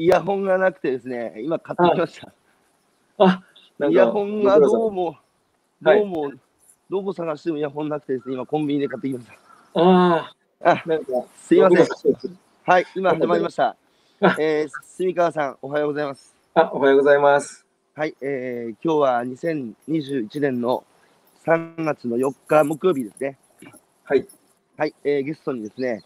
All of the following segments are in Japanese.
イヤホンがなくてですね、今買ってきました。イヤホンがどうも探してもイヤホンなくてですね、今コンビニで買ってきました。すいません。はい、今始まりました。住川さん、おはようございます。 おはようございます。 はい、今日は2021年の3月の4日木曜日ですね。 はい。 はい、ゲストにですね、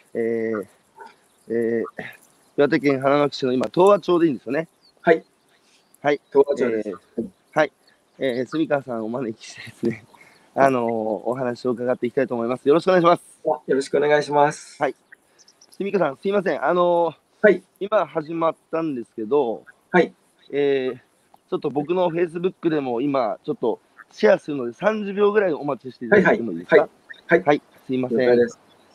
岩手県花巻市の今、東和町でいいんですよね。 はい。 はい。 東和町です。 はい。住川さんをお招きしてですね、お話を伺っていきたいと思います。よろしくお願いします。 よろしくお願いします。 はい。住川さん、すいません。 はい。 今始まったんですけど、 はい。 ちょっと僕の Facebook でも今、ちょっとシェアするので30秒ぐらいお待ちしていただいてもいいですか？ はい。 はい。すいません。東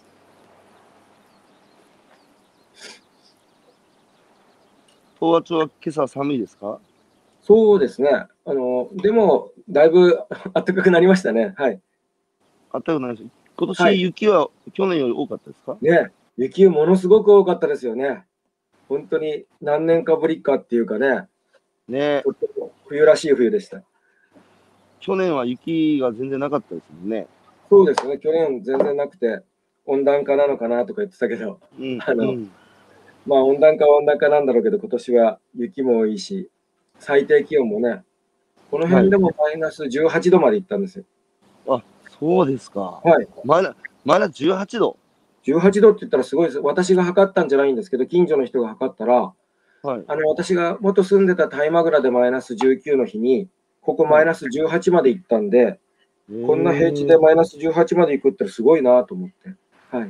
和町は今朝寒いですか？ そうですね。でも、だいぶ暖かくなりましたね。はい。 暖かくなりました。今年雪は去年より多かったですか？ ね、雪ものすごく多かったですよね。本当に何年かぶりかっていうかね。 ね。 冬らしい冬でした。 去年は雪が全然なかったですもんね。 そうですね。去年全然なくて、温暖化なのかなとか言ってたけど、まあ温暖化は温暖化なんだろうけど、今年は雪も多いし、最低気温もね、この辺でもマイナス18度まで行ったんですよ。 あ、そうですか。 はい。 まだ18度。 18度って言ったらすごいです。私が測ったんじゃないんですけど、近所の人が測ったら、私が元住んでた大麻倉でマイナス19の日に、ここマイナス18まで行ったんで、こんな平地でマイナス18まで行くってすごいなと思って。はい。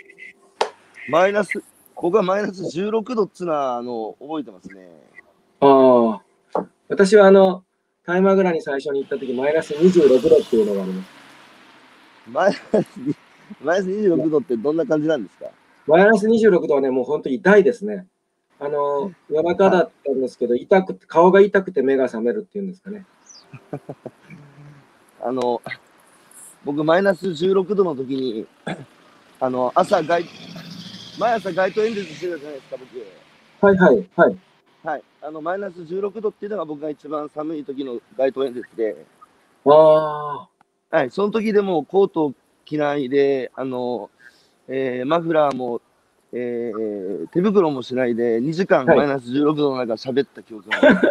僕はマイナス16度っつうのは、覚えてますね。 私は大麻倉に最初に行った時、マイナス26度っていうのがあります。 マイナス26度ってどんな感じなんですか？ マイナス26度はね、もう本当に痛いですね。夜中だったんですけど、顔が痛くて目が覚めるっていうんですかね。 僕、マイナス16度の時に、毎朝街頭演説してたじゃないですか、僕。はい。マイナス16度っていうのが僕が一番寒い時の街頭演説で。はい。その時でもコートを着ないで、マフラーも、手袋もしないで、2時間マイナス16度の中喋った記憶があります。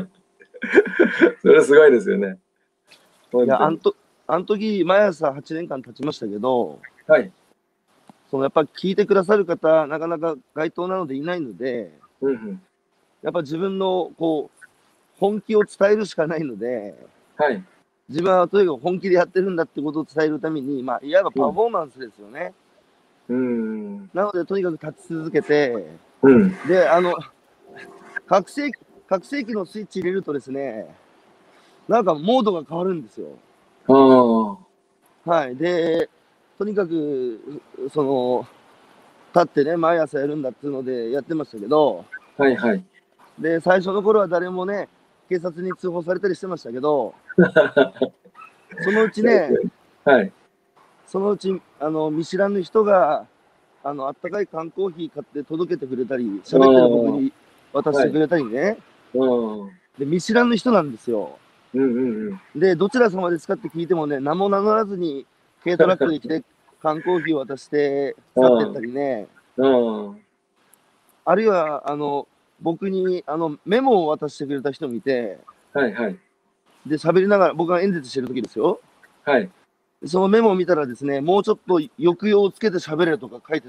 それすごいですよね。 いや、あの時、毎朝8年間経ちましたけど、やっぱり聞いてくださる方、なかなか街頭なのでいないので、やっぱ自分の本気を伝えるしかないので、自分はとにかく本気でやってるんだってことを伝えるために、まあ、いわばパフォーマンスですよね。なので、とにかく立ち続けて、で、拡声器のスイッチ入れるとですね、なんかモードが変わるんですよ。はい。で、とにかく、立ってね、毎朝やるんだっていうのでやってましたけど、で、最初の頃は誰もね、警察に通報されたりしてましたけど、そのうちね、そのうち、見知らぬ人が、あったかい缶コーヒー買って届けてくれたり、喋ってる僕に渡してくれたりね。で、見知らぬ人なんですよ。で、どちら様ですかって聞いてもね、名も名乗らずに、軽トラックで来て、缶コーヒーを渡して去ってったりね。あるいは、僕に、メモを渡してくれた人もいて、で、喋りながら、僕が演説してる時ですよ。そのメモを見たらですね、もうちょっと抑揚をつけて喋れとか書いてたん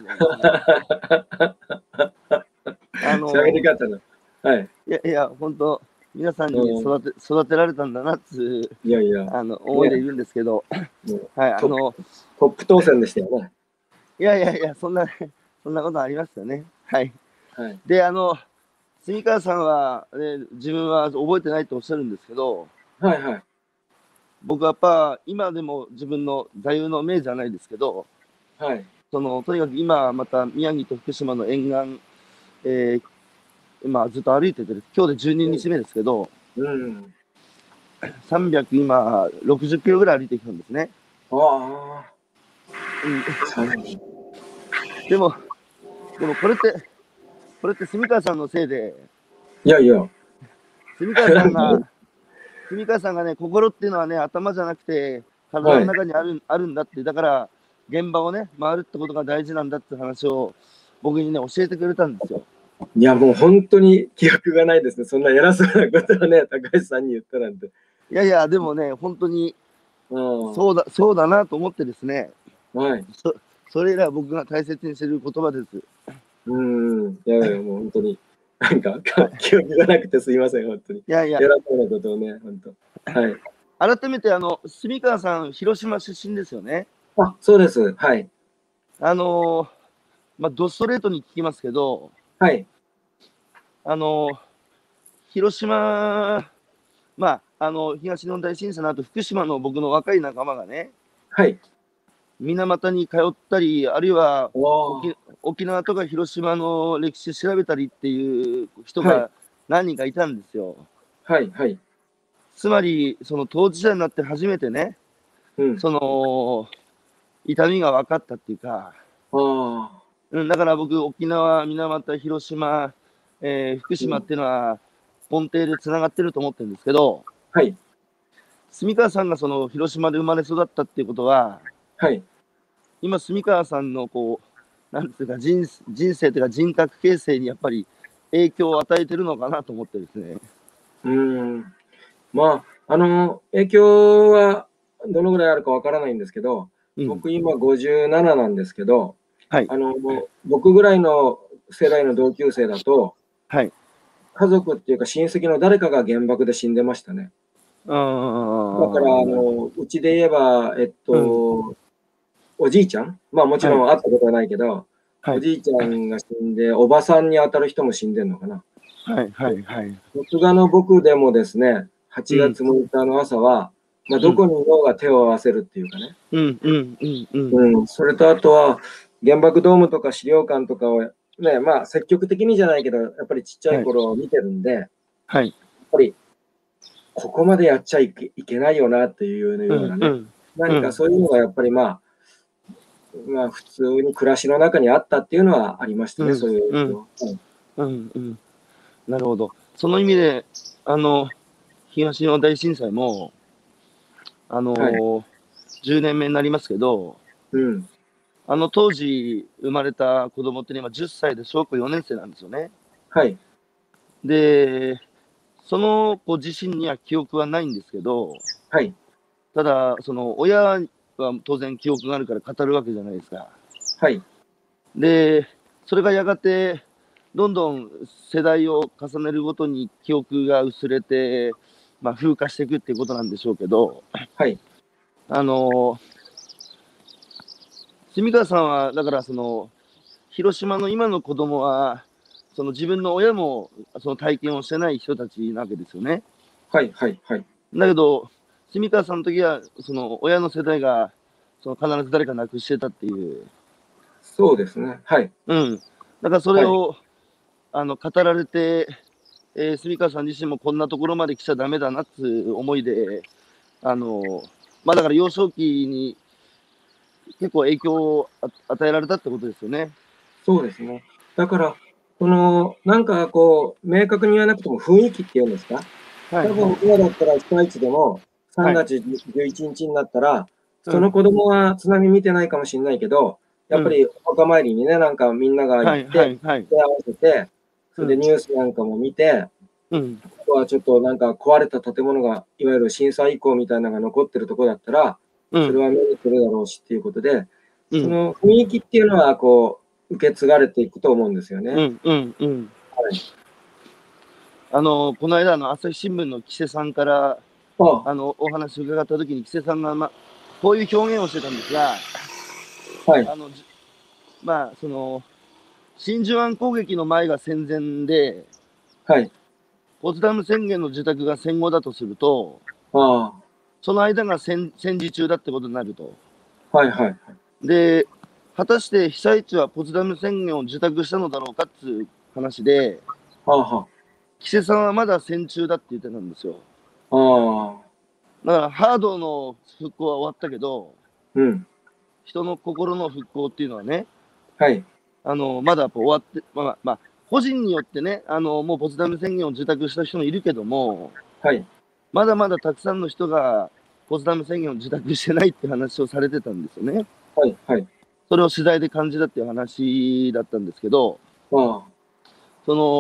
ですね。 喋り方の。 いや、本当皆さんに育てられたんだなっていう、思いでいるんですけど、はい、 トップ当選でしたよね。 いや、そんなことありましたね。はい。で、住川さんは、自分は覚えてないとおっしゃるんですけど、僕はやっぱ今でも自分の座右の銘じゃないですけど、とにかく今また宮城と福島の沿岸、今ずっと歩いてて、今日で12日目ですけど、今60キロぐらい歩いてきたんですね。でもこれってこれって住川さんのせいで、 いやいや。 住川さんがね、心っていうのはね、頭じゃなくて、体の中にあるんだって、だから、現場をね、回るってことが大事なんだって話を、僕にね、教えてくれたんですよ。 いや、もう本当に記憶がないですね。そんな偉そうなことをね、高橋さんに言ったなんて。 いやいや、でもね、本当に、そうだなと思ってですね、 はい。 それ以来僕が大切にしている言葉です。 いやいや、もう本当に、なんか、記憶がなくてすいません、本当に。 いやいや。 偉そうなことをね、本当。はい。 改めて、住川さん、広島出身ですよね。 あ、そうです。はい。 ドストレートに聞きますけど、 はい。 広島、東日本大震災の後、福島の僕の若い仲間がね、 はい。 水俣に通ったり、あるいは沖縄とか広島の歴史調べたりっていう人が何人かいたんですよ。 はい、はい。 つまり、その当事者になって初めてね、その痛みが分かったっていうか、だから僕、沖縄、水俣、広島、福島っていうのは根底でつながってると思ってるんですけど、 はい。 住川さんがその広島で生まれ育ったっていうことは、 はい。 今、住川さんのこう、なんていうか人生というか人格形成にやっぱり影響を与えてるのかなと思ってですね。 まあ、影響はどのぐらいあるかわからないんですけど、僕今57なんですけど、 はい、 僕ぐらいの世代の同級生だと、 はい、 家族っていうか親戚の誰かが原爆で死んでましたね。だから、うちで言えば、おじいちゃん、まあもちろん会ったことはないけど、おじいちゃんが死んで、おばさんに当たる人も死んでるのかな。 はいはいはい。 僕が僕でもですね、8月6日の朝は、どこにいようが手を合わせるっていうかね。それとあとは、原爆ドームとか資料館とかをね、積極的にじゃないけど、やっぱりちっちゃい頃見てるんで、やっぱり、ここまでやっちゃいけないよなっていうようなね、何かそういうのがやっぱり普通に暮らしの中にあったっていうのはありましたね、そういうの。 なるほど。その意味で、東日本大震災も、10年目になりますけど、当時生まれた子供って今10歳で小学校4年生なんですよね。 はい。 で、その子自身には記憶はないんですけど、 はい。 ただ、その親は当然記憶があるから語るわけじゃないですか。 はい。 で、それがやがて、どんどん世代を重ねるごとに記憶が薄れて、風化していくっていうことなんでしょうけど、 はい。 住川さんは、だから広島の今の子供は、その自分の親もその体験をしてない人たちなわけですよね。 はいはいはい。 だけど、住川さんの時は、その親の世代が必ず誰か亡くしてたっていう。 そうですね。はい。 だからそれを、語られて、住川さん自身もこんなところまで来ちゃダメだなっていう思いで、だから幼少期に結構影響を与えられたってことですよね。 そうですね。だから、なんか明確に言わなくても雰囲気っていうんですか。多分今だったら被災地でも3月11日になったら、その子供は津波見てないかもしれないけど、やっぱりお墓参りにね、なんかみんなが行って、手合わせて、それでニュースなんかも見て、あとはちょっとなんか壊れた建物が、いわゆる震災遺構みたいなのが残ってるところだったら、それは見に来るだろうしっていうことで、その雰囲気っていうのは受け継がれていくと思うんですよね。 この間朝日新聞の木瀬さんからお話を伺ったときに木瀬さんが、こういう表現をしてたんですが、真珠湾攻撃の前が戦前で、ポツダム宣言の受託が戦後だとすると、その間が戦時中だってことになると。で、果たして被災地はポツダム宣言を受託したのだろうかっていう話で、木瀬さんはまだ戦中だって言ってたんですよ。だからハードの復興は終わったけど、人の心の復興っていうのはね、まだ終わって、 個人によってね、もうポツダム宣言を受諾した人もいるけども、 はい。 まだまだたくさんの人がポツダム宣言を受諾してないって話をされてたんですよね。 はい。はい。 それを取材で感じたっていう話だったんですけど、 あその、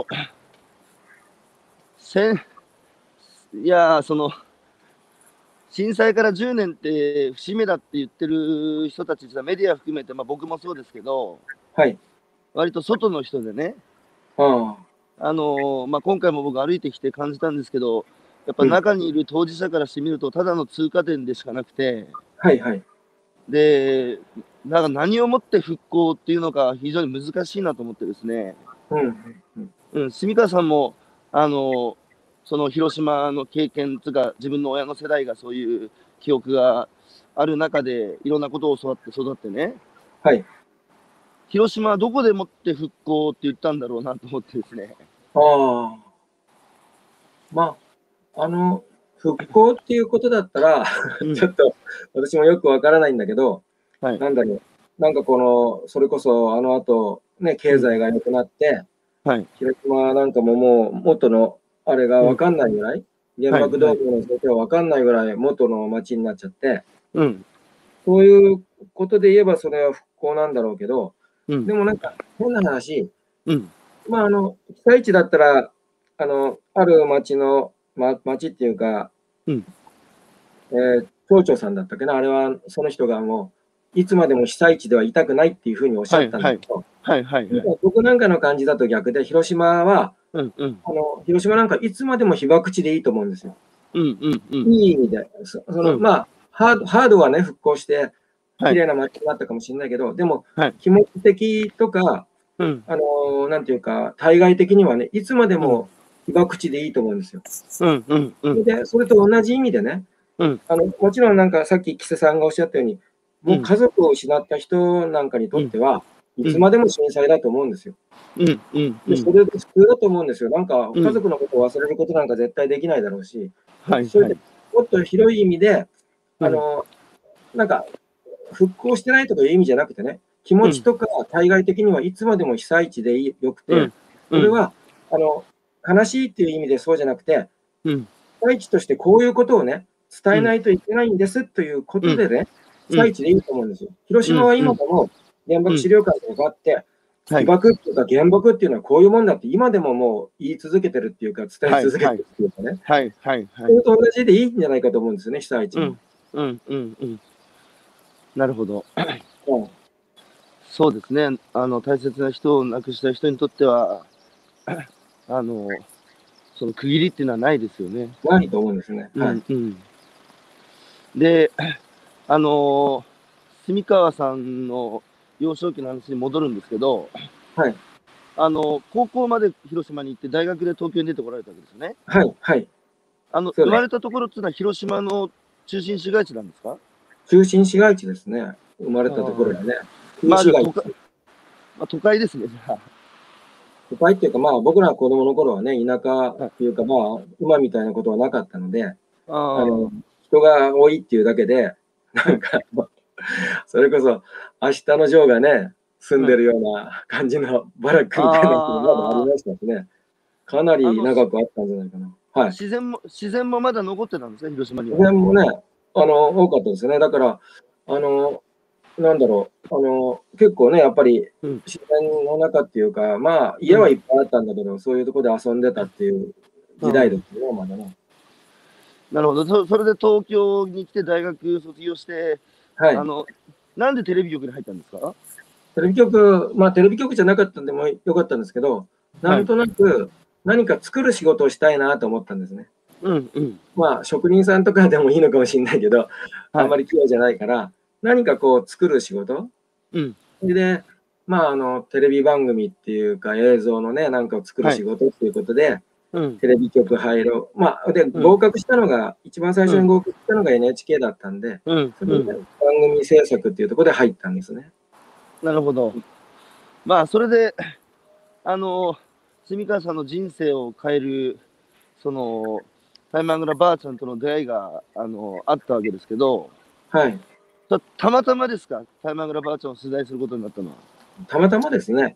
いや、震災から10年って節目だって言ってる人たち、メディア含めて、まあ、僕もそうですけど、 はい。 割と外の人でね、 あまあ、今回も僕歩いてきて感じたんですけど、やっぱうん。 中にいる当事者からしてみると、ただの通過点でしかなくて、 はい。はい。 で、なんか何をもって復興っていうのか非常に難しいなと思ってですね、 うん。うん。 住川さんも、その広島の経験とか、自分の親の世代がそういう記憶がある中で、いろんなことを教わって育ってね、 はい。 広島はどこでもって復興って言ったんだろうなと思ってですね。 ああ。まあ、復興っていうことだったらちょっと私もよくわからないんだけど、 はい。 なんだろう。なんかそれこそあの後、ね、経済が良くなって、 はい。 広島なんかももう元のあれがうん。 わかんないぐらい、原はい。 爆ドはい。 ームの状況がわかんないぐらい元の街になっちゃって、 うん。 そういうことで言えばそれは復興なんだろうけど、 うん。 でもなんか変な話、 うん。 まあ被災地だったら、ある町の、町っていうか、 うん。 町長さんだったっけな、あれはその人がもう、いつまでも被災地ではいたくないっていうふうにおっしゃはい。 ったんだはい。 けど、 はい。はい。はい。 僕なんかの感じだと逆で、広島は、 うん。うん。 広島なんかいつまでも被爆地でいいと思うんですよ。 うん。うん。うん。 いい意味で。 うん。 まあ、ハードはね、復興して、 はい。 綺麗な街になったかもしれないけど、でも、 はい。 気持ち的とか、 うん。 なんていうか、対外的にはね、いつまでうん。 も被爆地でいいと思うんですよ。 うん。うん。うん。 で、それと同じ意味でね、 うん。 もちろんなんかさっき木瀬さんがおっしゃったように、 うん。 もう家族を失った人なんかにとうん。 っては、いうん。 つまでも震災だと思うんですよ。 うん。うん。うで、 ん。 それで普通だと思うんですよ。なんかうん。 家族のことを忘れることなんか絶対できないだろうし、 はい。 それではい。 もっと広い意味で、 うん。 なんか復興してないとかいう意味じゃなくてね、気うん。 持ちとか対外的にはいつまでも被災地でよくて、 うん。うん。 それは、あの、悲しいっていう意味でそうじゃなくて、 うん。 被災地としてこういうことをね、伝うん。 えないといけないんですというこうん。 とでね、被うん。 災地でいいと思うんですよ。広うん。 島はうん。 今でも原うん。 爆資料館とかがあって、被はい。 爆っていうか原爆っていうのはこういうもんだって今でももう言い続けてるっていうか、伝えはい。はい。 続けてるっていうかね、 はい。はい。はい。 それと同じでいいんじゃないかと思うんですよね、被災地も。 うん。うん。うん。うん。なるほど。 うん、 そうですね。大切な人を亡くした人にとっては、あの、その区切りっていうのはないですよね。 ないと思うんですね。はい。 うん。うん。で、あの、住川さんの幼少期の話に戻るんですけど、 はい。 高校まで広島に行って、大学で東京に出てこられたわけですよね。 はい。はい。そうです。 生まれたところっていうのは広島の中心市街地なんですか？ 中心市街地ですね。生まれたところああ。 はね。旧まあ、じ市街地。 ゃあまあ、都会ですね、じゃ都会っていうか、まあ僕ら子供の頃はね、田舎あ。はい。 っていうか、まあ今みたいなことはなかったので、あの、 ああ。 人が多いっていうだけで、 はい。 それこそ明日のジョーがね、住んはい。 でるような感じのバラックみたいなのもまだありあましたしね。かなりあ、 長くあったんじゃないかな。はい。 自然もまだ残ってたんですね、広島に自は。 然もね、多かったですね。だから、あの、なんだろう、結構ね、やっぱりうん。 自然の中っていうか、まあ、 うん。 家はいっぱいあったんだけど、そういうとこで遊んでたっていう時代うん。 ですよ、まだね。 なるほど。それで東京に来て大学卒業して、 はい。 あの、なんでテレビ局に入ったんですか？ テレビ局、まあ、テレビ局じゃなかったんでもよかったんですけど、なはい。 んとなく何か作る仕事をしたいなと思ったんですね。 うん、うん。 まあ、職人さんとかでもいいのかもしれないけど、あはい。 んまり器用じゃないから、何かこう作る仕事うん。 それで、まあ、テレビ番組っていうか映像のね、なんかを作るはい。 仕事っていうことで、 うん。 テレビ局入ろう。まあ、で、 うん。 合格したのが、一番最うん。 初に合格したのが NHK だったんで、 うん。 それでうん。 番組制作っていうところで入ったんですね。 なるほど。まあ、それで、あの、住川さんの人生を変える、その、タイマングラばあちゃんとの出会いが、あったわけですけど、 はい。 たまたまですか？タイマングラばあちゃんを取材することになったのは。 たまたまですね。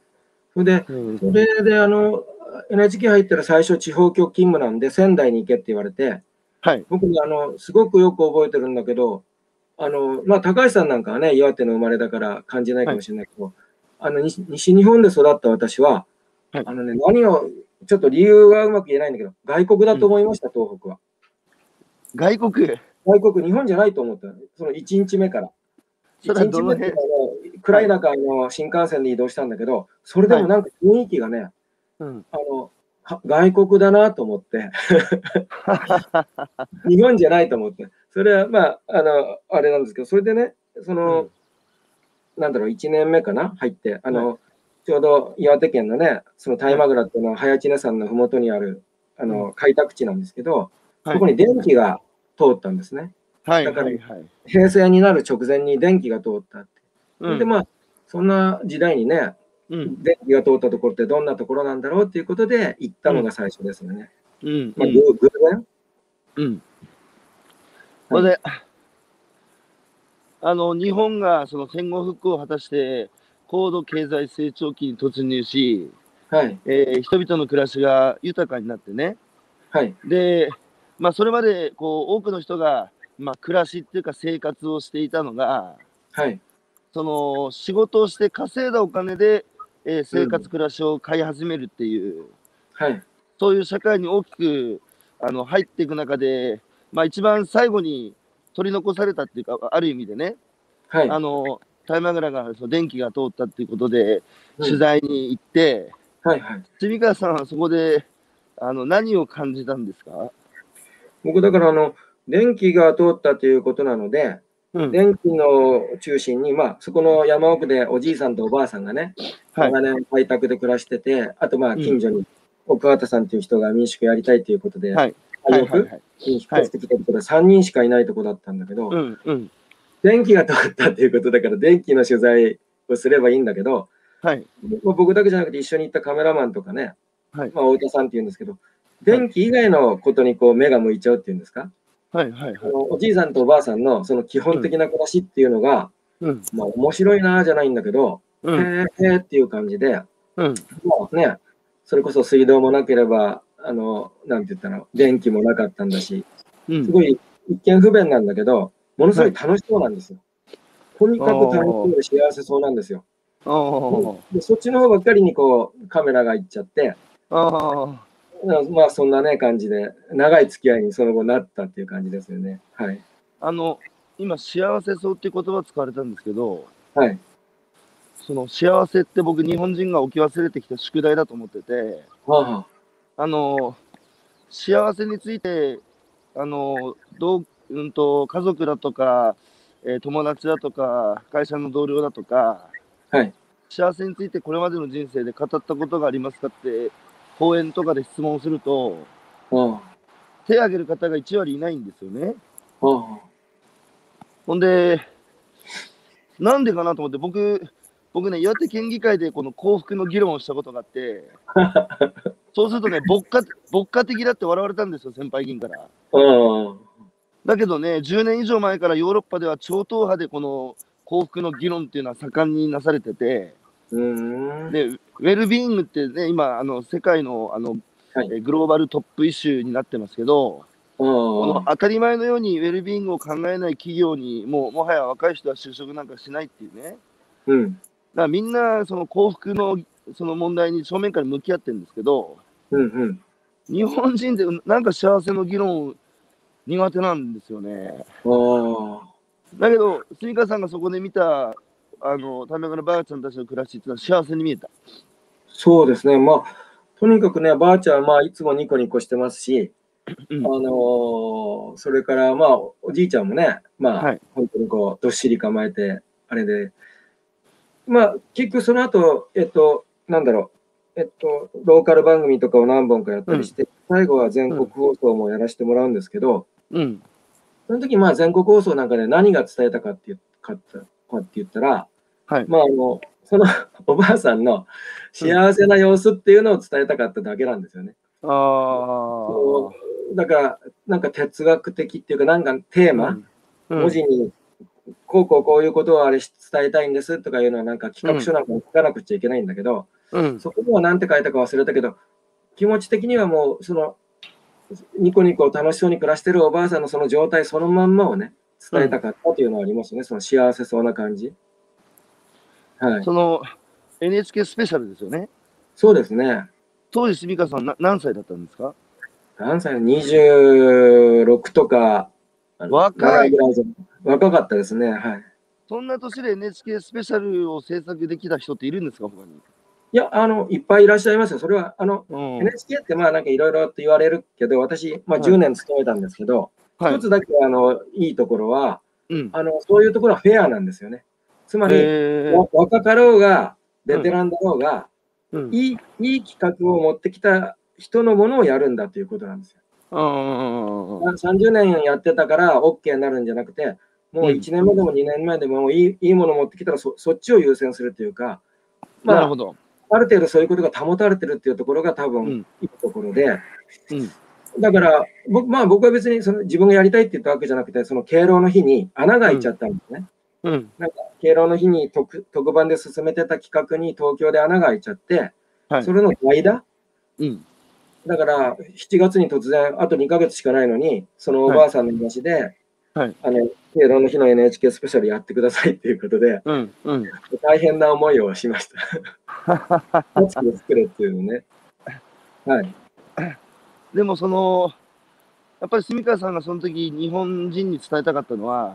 それでNHK 入ったら最初地方局勤務なんで仙台に行けって言われて、 はい。 僕すごくよく覚えてるんだけど、まあ、高橋さんなんかはね、岩手の生まれだから感じないかもしれないけど、西日本で育った私は、 はい、 何を、ちょっと理由はうまく言えないんだけど、外国だと思いました、東北は。 外国、 日本じゃないと思った。その1日目から。 それはどの辺？ 暗い中、新幹線で移動したんだけど、それでもなんか雰囲気がね、外国だなと思って、日本じゃないと思って、それはまあ、あれなんですけど、それでね、なんだろう、1年目かな、入って、ちょうど岩手県のね、その大麻倉っていうのは早知根山のふもとにある開拓地なんですけど、そこに電気が通ったんですね。だから、平成になる直前に電気が通ったって。それでまあ、そんな時代にね、電気が通ったところってどんなところなんだろうっていうことで行ったのが最初ですよね。まあ、偶然。 で、日本がその戦後復興を果たして、高度経済成長期に突入し、人々の暮らしが豊かになってね。で、まあ、それまでこう多くの人が、まあ、暮らしっていうか生活をしていたのが、その仕事をして稼いだお金で、生活、暮らしを買い始めるっていう、そういう社会に大きく入っていく中で、まあ、一番最後に取り残されたっていうか、ある意味でね、大麻蔵がその電気が通ったっていうことで取材に行って、住川さんはそこで何を感じたんですか？ 僕だから電気が通ったということなので、電気の中心に、まあ、そこの山奥でおじいさんとおばあさんがね、長年開拓で暮らしてて、あとまあ近所に奥畑さんという人が民宿やりたいということで、引っ越してきたところで3人しかいないところだったんだけど、電気が通ったっていうことだから電気の取材をすればいいんだけど、僕だけじゃなくて一緒に行ったカメラマンとかね、まあ、太田さんっていうんですけど、電気以外のことにこう目が向いちゃうっていうんですか。おじいさんとおばあさんのその基本的な暮らしっていうのが、まあ面白いなじゃないんだけど、へーっていう感じで、もうね、それこそ水道もなければ、なんて言ったら、電気もなかったんだし、すごい一見不便なんだけど、ものすごい楽しそうなんですよ。とにかく楽しそうで幸せそうなんですよ。でそっちの方ばっかりにこうカメラが行っちゃって、まあそんなね感じで長い付き合いにその後なったっていう感じですよね。 今幸せそうっていう言葉使われたんですけど、その幸せって僕日本人が置き忘れてきた宿題だと思ってて、幸せについて家族だとか、友達だとか会社の同僚だとか、幸せについてこれまでの人生で語ったことがありますかって講演とかで質問すると、手を挙げる方が1割いないんですよね。ほんで、なんでかなと思って、僕ね、岩手県議会でこの幸福の議論をしたことがあって、そうするとね、牧歌的だって笑われたんですよ、先輩議員から。だけどね、10年以上前からヨーロッパでは超党派でこの幸福の議論っていうのは盛んになされてて、で、ウェルビーイングってね、今、世界のグローバルトップイシューになってますけど、この当たり前のようにウェルビーイングを考えない企業にもはや若い人は就職なんかしないっていうね。だからみんなその幸福のその問題に正面から向き合ってるんですけど、日本人ってなんか幸せの議論苦手なんですよね。だけど、住川さんがそこで見たタメガのばあちゃんたちの暮らしっていうのは幸せに見えた。 そうですね。まあ、とにかくね、ばあちゃんはまあいつもニコニコしてますし、それからまあ、おじいちゃんもね、まあ、本当にこう、どっしり構えて、あれで、まあ、結局その後、なんだろう、ローカル番組とかを何本かやったりして、最後は全国放送もやらせてもらうんですけど、その時まあ全国放送なんかで何が伝えたかって言ったら、まあそのおばあさんの幸せな様子っていうのを伝えたかっただけなんですよね。だからなんか哲学的っていうかなんかテーマ、文字にこういうことをあれ伝えたいんですとかいうのはなんか企画書なんかに書かなくちゃいけないんだけど、 そこは何て書いたか忘れたけど、気持ち的にはもう、その、ニコニコ楽しそうに暮らしてるおばあさんのその状態そのまんまをね、伝えたかったというのはありますね、その幸せそうな感じ。はい。 その NHK スペシャルですよね。 そうですね。 当時、住川さん何歳だったんですか？ 何歳 ?26 とか、 若い。 若かったですね。はい。 そんな年で NHK スペシャルを制作できた人っているんですか、他に。 いや、いっぱいいらっしゃいますよ。それは、NHK ってまあなんかいろいろと言われるけど、私、まあ10年勤めたんですけど、一つだけいいところは、そういうところはフェアなんですよね。つまり、若かろうが、ベテランだろうが、いい企画を持ってきた人のものをやるんだということなんですよ。30年やってたから OK になるんじゃなくて、もう1年目でも2年目でもいいものを持ってきたらそっちを優先するというか、まあ、ある程度そういうことが保たれてるっていうところが多分いいところで、だから僕は別にその自分がやりたいって言ったわけじゃなくて、その敬老の日に穴が開いちゃったんですね。なんか敬老の日に特番で進めてた企画に東京で穴が開いちゃって、それの代打、だから7月に突然あと2ヶ月しかないのに、そのおばあさんの話で、敬老の日の NHK スペシャルやってくださいっていうことで、大変な思いをしました。作れっていうのね。はい。 でもやっぱり住川さんがその時日本人に伝えたかったのは、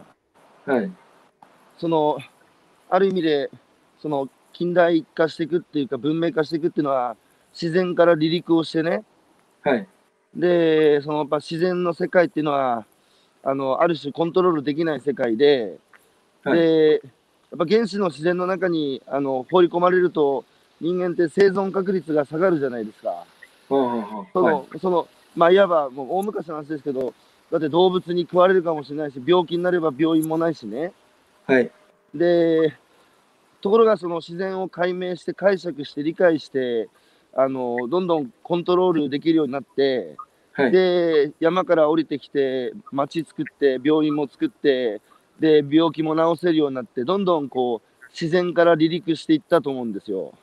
ある意味で近代化していくっていうか文明化していくっていうのは自然から離陸をしてね。でやっぱ自然の世界っていうのはある種コントロールできない世界で、やっぱ原始の自然の中に放り込まれると人間って生存確率が下がるじゃないですか。まあいわばもう大昔の話ですけど、だって動物に食われるかもしれないし、病気になれば病院もないしね。でところがその自然を解明して解釈して理解してどんどんコントロールできるようになって、で山から降りてきて町作って病院も作ってで病気も治せるようになってどんどん自然から離陸していったと思うんですよ。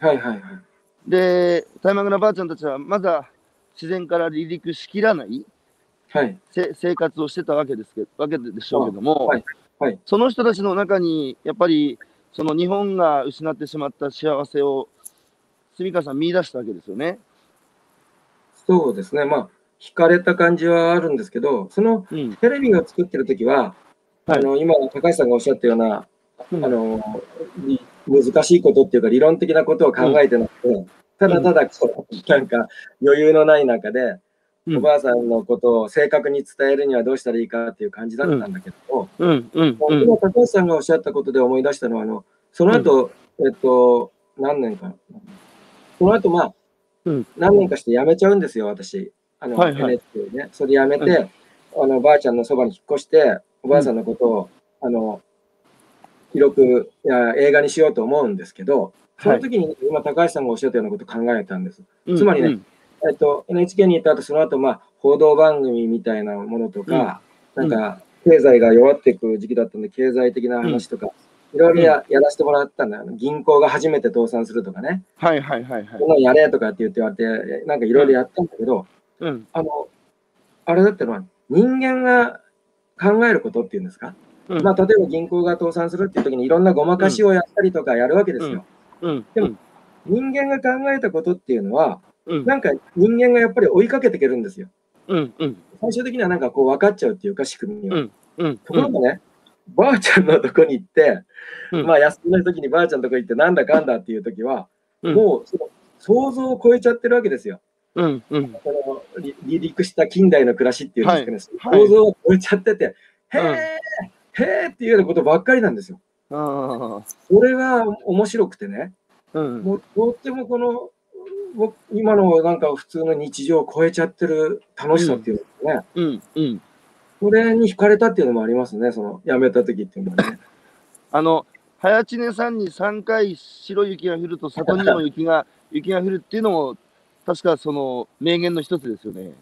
でタイマグなばあちゃんたちはまだ自然から離陸しきらない、生活をしてたわけでしょうけども、その人たちの中にやっぱりその日本が失ってしまった幸せを住川さん見出したわけですよね。 そうですね。まあ惹かれた感じはあるんですけど、そのテレビを作ってる時は、今高橋さんがおっしゃったような難しいことっていうか理論的なことを考えてなくて、ただただなんか余裕のない中で、おばあさんのことを正確に伝えるにはどうしたらいいかっていう感じだったんだけど、今高橋さんがおっしゃったことで思い出したのはその後、何年か、その後まあ、何年かして辞めちゃうんですよ、私。NHK ね。それ辞めて、ばあちゃんのそばに引っ越して、おばあさんのことを、広く映画にしようと思うんですけど、その時に今、高橋さんがおっしゃったようなことを考えたんです。つまりね、NHK に行った後、その後、まあ、報道番組みたいなものとか、なんか、経済が弱っていく時期だったんで、経済的な話とか、いろいろやらせてもらったんだよ。銀行が初めて倒産するとかね。こんなのやれとかって言われて、なんかいろいろやったんだけど、あれだってのは、人間が考えることっていうんですか。まあ、例えば銀行が倒産するっていう時にいろんなごまかしをやったりとかやるわけですよ。でも、人間が考えたことっていうのは、なんか人間がやっぱり追いかけていけるんですよ。最終的にはなんかこう分かっちゃうっていうか仕組みが。ところがね、ばあちゃんのとこに行って、まあ休みの時にばあちゃんのとこ行ってなんだかんだっていう時は、もうその想像を超えちゃってるわけですよ。離陸した近代の暮らしっていうんですかね、想像を超えちゃってて、へーっていうようなことばっかりなんですよ。それが面白くてね、もうとっても今のなんか普通の日常を超えちゃってる楽しさっていうんですかね。それに惹かれたっていうのもありますね、辞めた時っていうのはね。 早知根さんに3回白い雪が降ると里にも雪が降るっていうのも確かその名言の一つですよね。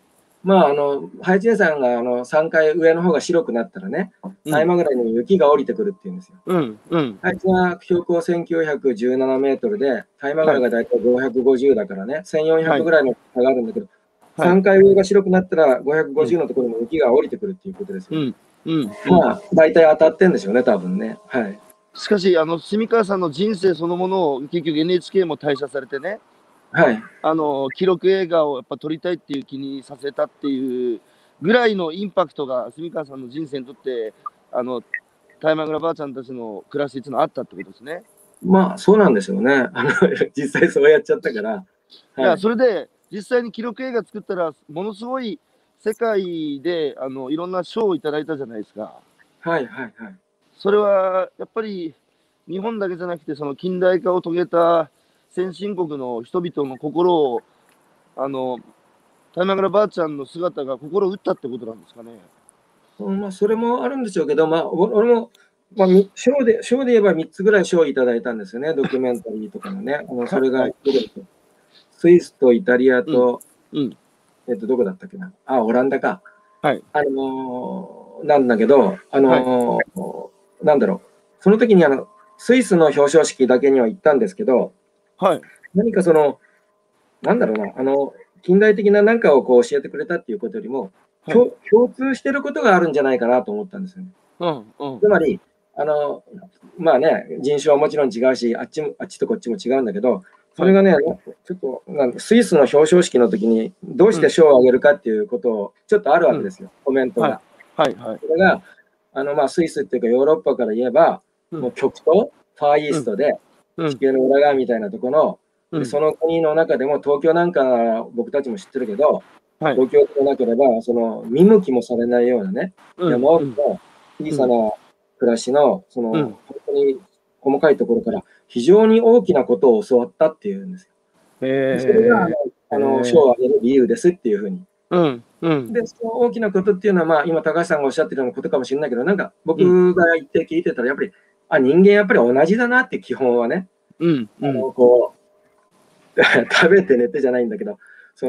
まあ、ハイチネさんが3階上の方が白くなったらね、大馬倉に雪が降りてくるっていうんですよ。ハイチは標高1917メートルで、大馬倉が大体550だからね、1400ぐらいの差があるんだけど、3階上が白くなったら550のところに雪が降りてくるっていうことですよ。まあ、大体当たってんでしょうね、多分ね。はい。 しかし、住川さんの人生そのものを結局 NHK も退社されてね、 はい。 記録映画をやっぱ撮りたいっていう気にさせたっていうぐらいのインパクトが住川さんの人生にとって、大馬倉ばあちゃんたちの暮らしっていうのはあったってことですね。 まあ、そうなんですよね。実際そうやっちゃったから。はい、 いや、それで、実際に記録映画作ったら、ものすごい世界で、いろんな賞をいただいたじゃないですか。 はいはいはい。 それは、やっぱり、日本だけじゃなくて、その近代化を遂げた先進国の人々の心を、大馬倉ばあちゃんの姿が心を打ったってことなんですかね。 まあ、それもあるんでしょうけど、まあ、俺も、まあ、賞で言えば3つぐらい賞をいただいたんですよね、ドキュメンタリーとかのね。それが、スイスとイタリアと、どこだったっけな。オランダか。 はい。 なんだけど、なんだろう。その時にスイスの表彰式だけには行ったんですけど、 はい。 何かなんだろうな、近代的な何かをこう教えてくれたっていうことよりも、共通してることがあるんじゃないかなと思ったんですよね。つまり、まあね、人種はもちろん違うし、あっちとこっちも違うんだけど、それがね、ちょっとスイスの表彰式の時にどうして賞をあげるかっていうことをちょっとあるわけですよ、コメントが。それが、まあ、スイスっていうかヨーロッパから言えば、もう極東、ファーイーストで、地球の裏側みたいなところの、その国の中でも東京なんか僕たちも知ってるけど、東京でなければ、見向きもされないようなね、山奥の小さな暮らしの、本当に細かいところから非常に大きなことを教わったっていうんですよ。それが、賞をあげる理由ですっていうふうに。で、その大きなことっていうのは、まあ、今、高橋さんがおっしゃってるようなことかもしれないけど、なんか僕が言って聞いてたら、やっぱり、人間やっぱり同じだなって基本はね、こう、食べて寝てじゃないんだけど、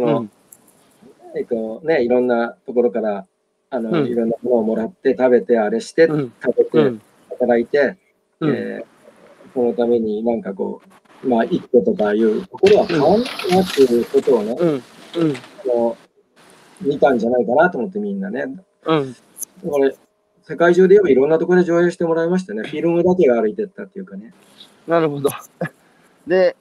いろんなところから、いろんなものをもらって、食べて、あれして、食べて、働いて、そのためになんかこう、まあ、一個とかいうところは変わんないなっていうことをね、見たんじゃないかなと思って、みんなね。これ、世界中で言えばいろんなところで上映してもらいましたね。フィルムだけが歩いてったっていうかね。 なるほど。で、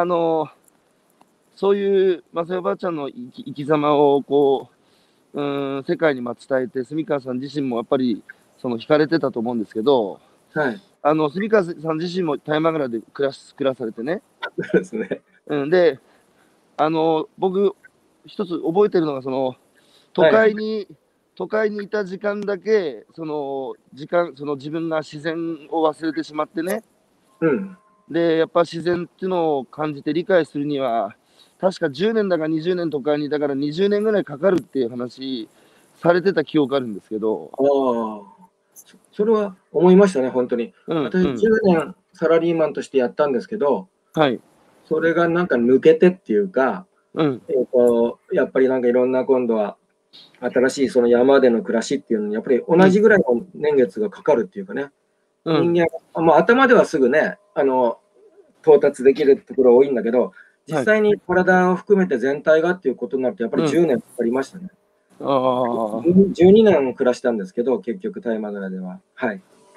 そういう正代ばあちゃんの生き様をこう、世界に伝えて、住川さん自身もやっぱり惹かれてたと思うんですけど、 はい。 住川さん自身も大馬倉で暮らされてね。 そうですね。 で、僕、一つ覚えてるのが、都会にいた時間だけ、自分が自然を忘れてしまってね。で、やっぱ自然っていうのを感じて理解するには、確か10年だか20年都会にいたから20年ぐらいかかるっていう話されてた記憶あるんですけど。 それは思いましたね、本当に。私、10年サラリーマンとしてやったんですけど、それがなんか抜けてっていうか、やっぱりなんかいろんな今度は、新しいその山での暮らしっていうのに、やっぱり同じぐらいの年月がかかるっていうかね、人間、まあ、頭ではすぐね、到達できるところ多いんだけど、実際に体を含めて全体がっていうことになると、やっぱり10年かかりましたね。12年暮らしたんですけど、結局、大馬倉では。はい。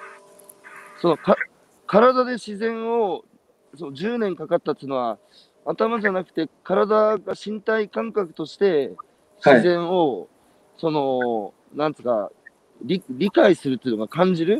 体で自然を10年かかったっていうのは、頭じゃなくて、体が身体感覚として自然を、なんつうか、理解するっていうのが感じる。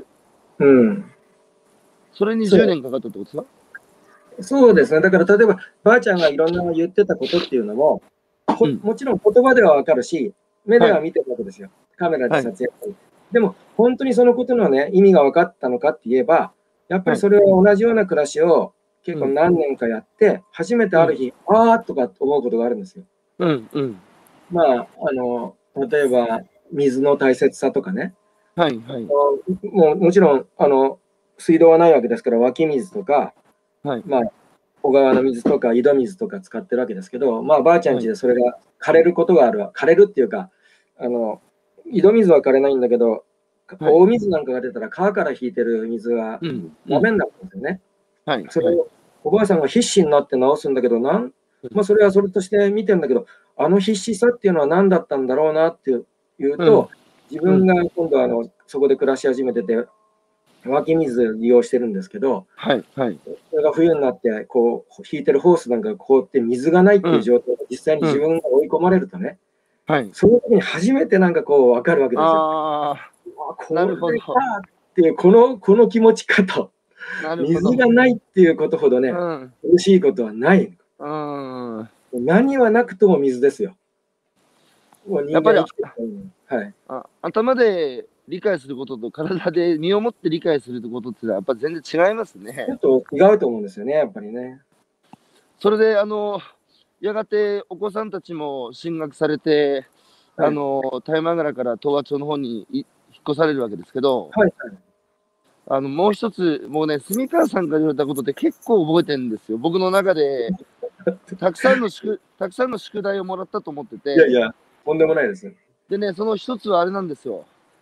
それに10年かかったってことですか？ そうですね。だから例えば、ばあちゃんがいろんな言ってたことっていうのも、もちろん言葉ではわかるし、目では見てるわけですよ。カメラで撮影。でも、本当にそのことのね、意味が分かったのかって言えば、やっぱりそれは同じような暮らしを結構何年かやって、初めてある日、あーとか思うことがあるんですよ。まあ、例えば、水の大切さとかね。もちろん、水道はないわけですから、湧き水とか、まあ、小川の水とか井戸水とか使ってるわけですけど、まあ、ばあちゃん家でそれが枯れることがあるわ。枯れるっていうか、 井戸水は枯れないんだけど、大水なんかが出たら川から引いてる水はダメになるんですよね。それをおばあさんが必死になって直すんだけど、まあ、それはそれとして見てるんだけど、あの必死さっていうのは何だったんだろうなっていうと、自分が今度そこで暮らし始めてて、湧き水利用してるんですけど、それが冬になってこう引いてるホースなんかが凍って水がないっていう状態が実際に自分が追い込まれるとね、その時に初めてなんかこう分かるわけですよ。これかっていうこの気持ちかと。水がないっていうことほどね、苦しいことはない。何はなくとも水ですよ。 やっぱり、頭で理解することと体で身をもって理解することってやっぱり全然違いますね。 ちょっと違うと思うんですよね、やっぱりね。 それでやがてお子さんたちも進学されて、大馬倉から東和町の方に引っ越されるわけですけど、もう一つ、もうね、住川さんから言われたことで結構覚えてるんですよ。僕の中で、たくさんの宿題をもらったと思ってて。 いやいや、とんでもないです。 でね、その一つはあれなんですよ。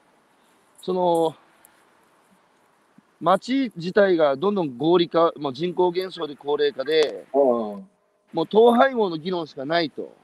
町自体がどんどん合理化、人口減少で高齢化で、もう統廃合の議論しかないと。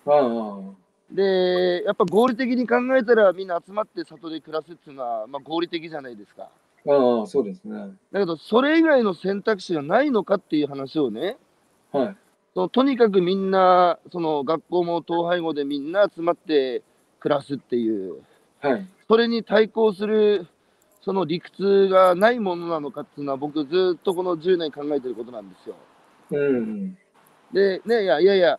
で、やっぱ合理的に考えたらみんな集まって里で暮らすっていうのは、合理的じゃないですか。 そうですね。 だけど、それ以外の選択肢がないのかっていう話をね、とにかくみんな、学校も統廃合でみんな集まって暮らすっていう、それに対抗する、その理屈がないものなのかっていうのは、僕ずっとこの10年考えてることなんですよ。で、ね、いやいや、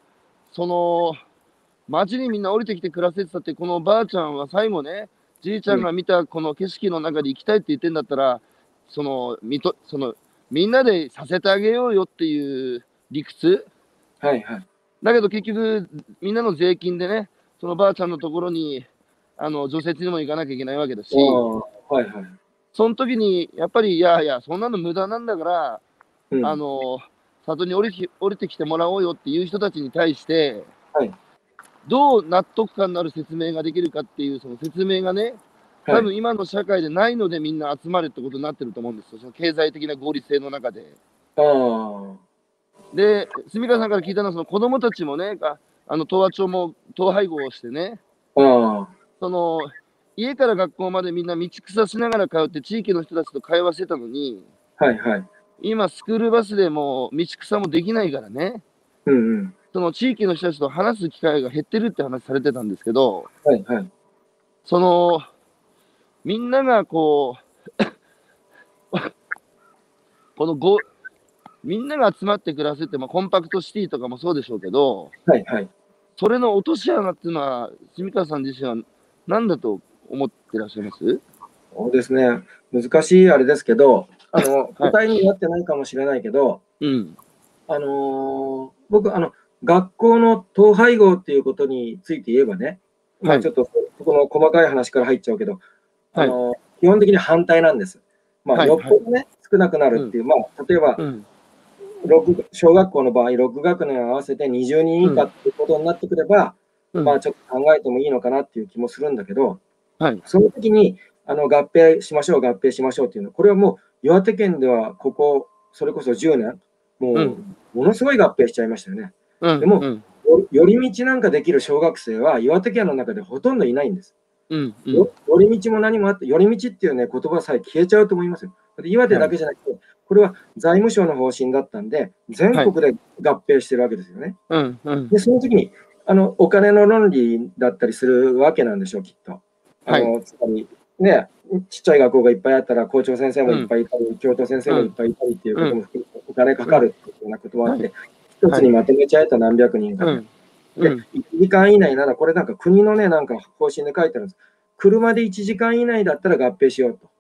街にみんな降りてきて暮らせてたって、このばあちゃんは最後ね、じいちゃんが見たこの景色の中で生きたいって言ってんだったら、みんなでさせてあげようよっていう理屈。だけど結局、みんなの税金でね、そのばあちゃんのところに、除雪にも行かなきゃいけないわけだし、その時に、やっぱり、いやいや、そんなの無駄なんだから、里に降りてきてもらおうよっていう人たちに対して、どう納得感のある説明ができるかっていう、その説明がね、多分今の社会でないのでみんな集まるってことになってると思うんですよ。その経済的な合理性の中で。で、住川さんから聞いたのは、その子供たちもね、東和町も統廃合をしてね、家から学校までみんな道草しながら通って地域の人たちと会話してたのに、今スクールバスでも道草もできないからね、その地域の人たちと話す機会が減ってるって話されてたんですけど、みんながみんなが集まって暮らせって、コンパクトシティとかもそうでしょうけど、それの落とし穴っていうのは、住川さん自身は何だと思ってらっしゃいます？ そうですね、難しいあれですけど、答えになってないかもしれないけど、僕、学校の統廃合っていうことについて言えばね、ちょっとこの細かい話から入っちゃうけど、基本的に反対なんです。よっぽどね、少なくなるっていう、例えば、小学校の場合、6学年合わせて20人以下っていうことになってくれば、ちょっと考えてもいいのかなっていう気もするんだけど、その時に合併しましょうっていうのは、これはもう岩手県ではそれこそ10年、ものすごい合併しちゃいましたよね。でも、寄り道なんかできる小学生は岩手県の中でほとんどいないんです。寄り道も何もあって、寄り道っていうね、言葉さえ消えちゃうと思いますよ。岩手だけじゃなくて、これは財務省の方針だったんで、全国で合併してるわけですよね。で、その時に、お金の論理だったりするわけなんでしょう、きっと。つまり、ね、ちっちゃい学校がいっぱいあったら、校長先生もいっぱいいたり、教頭先生もいっぱいいたりっていうことも含めて、お金かかるっていうようなこともあって、一つにまとめちゃえた何百人かで。で、1時間以内なら、これなんか国のね、なんか方針で書いてあるんです。車で1時間以内だったら合併しようと。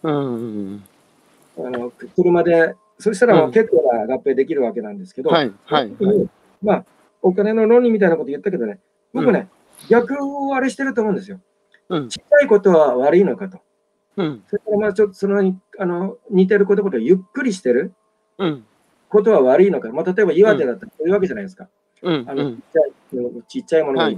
車で、そしたらもう結構な合併できるわけなんですけど、お金の論理みたいなこと言ったけどね、僕ね、逆をあれしてると思うんですよ。ちっちゃいことは悪いのかと。それからちょっとその似てることをゆっくりしてることは悪いのか。例えば岩手だったらそういうわけじゃないですか。ちっちゃいものがいっぱいあっ